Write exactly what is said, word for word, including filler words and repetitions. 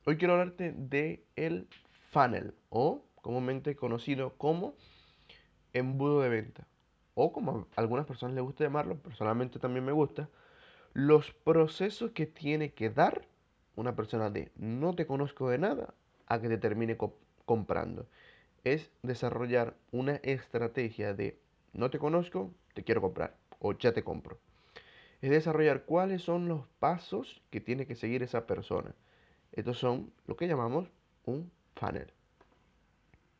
Hoy quiero hablarte de el funnel o comúnmente conocido como embudo de venta o como a algunas personas les gusta llamarlo, personalmente también me gusta, los procesos que tiene que dar una persona de no te conozco de nada a que te termine co- comprando. Es desarrollar una estrategia de no te conozco, te quiero comprar o ya te compro. Es desarrollar cuáles son los pasos que tiene que seguir esa persona. Estos son lo que llamamos un funnel.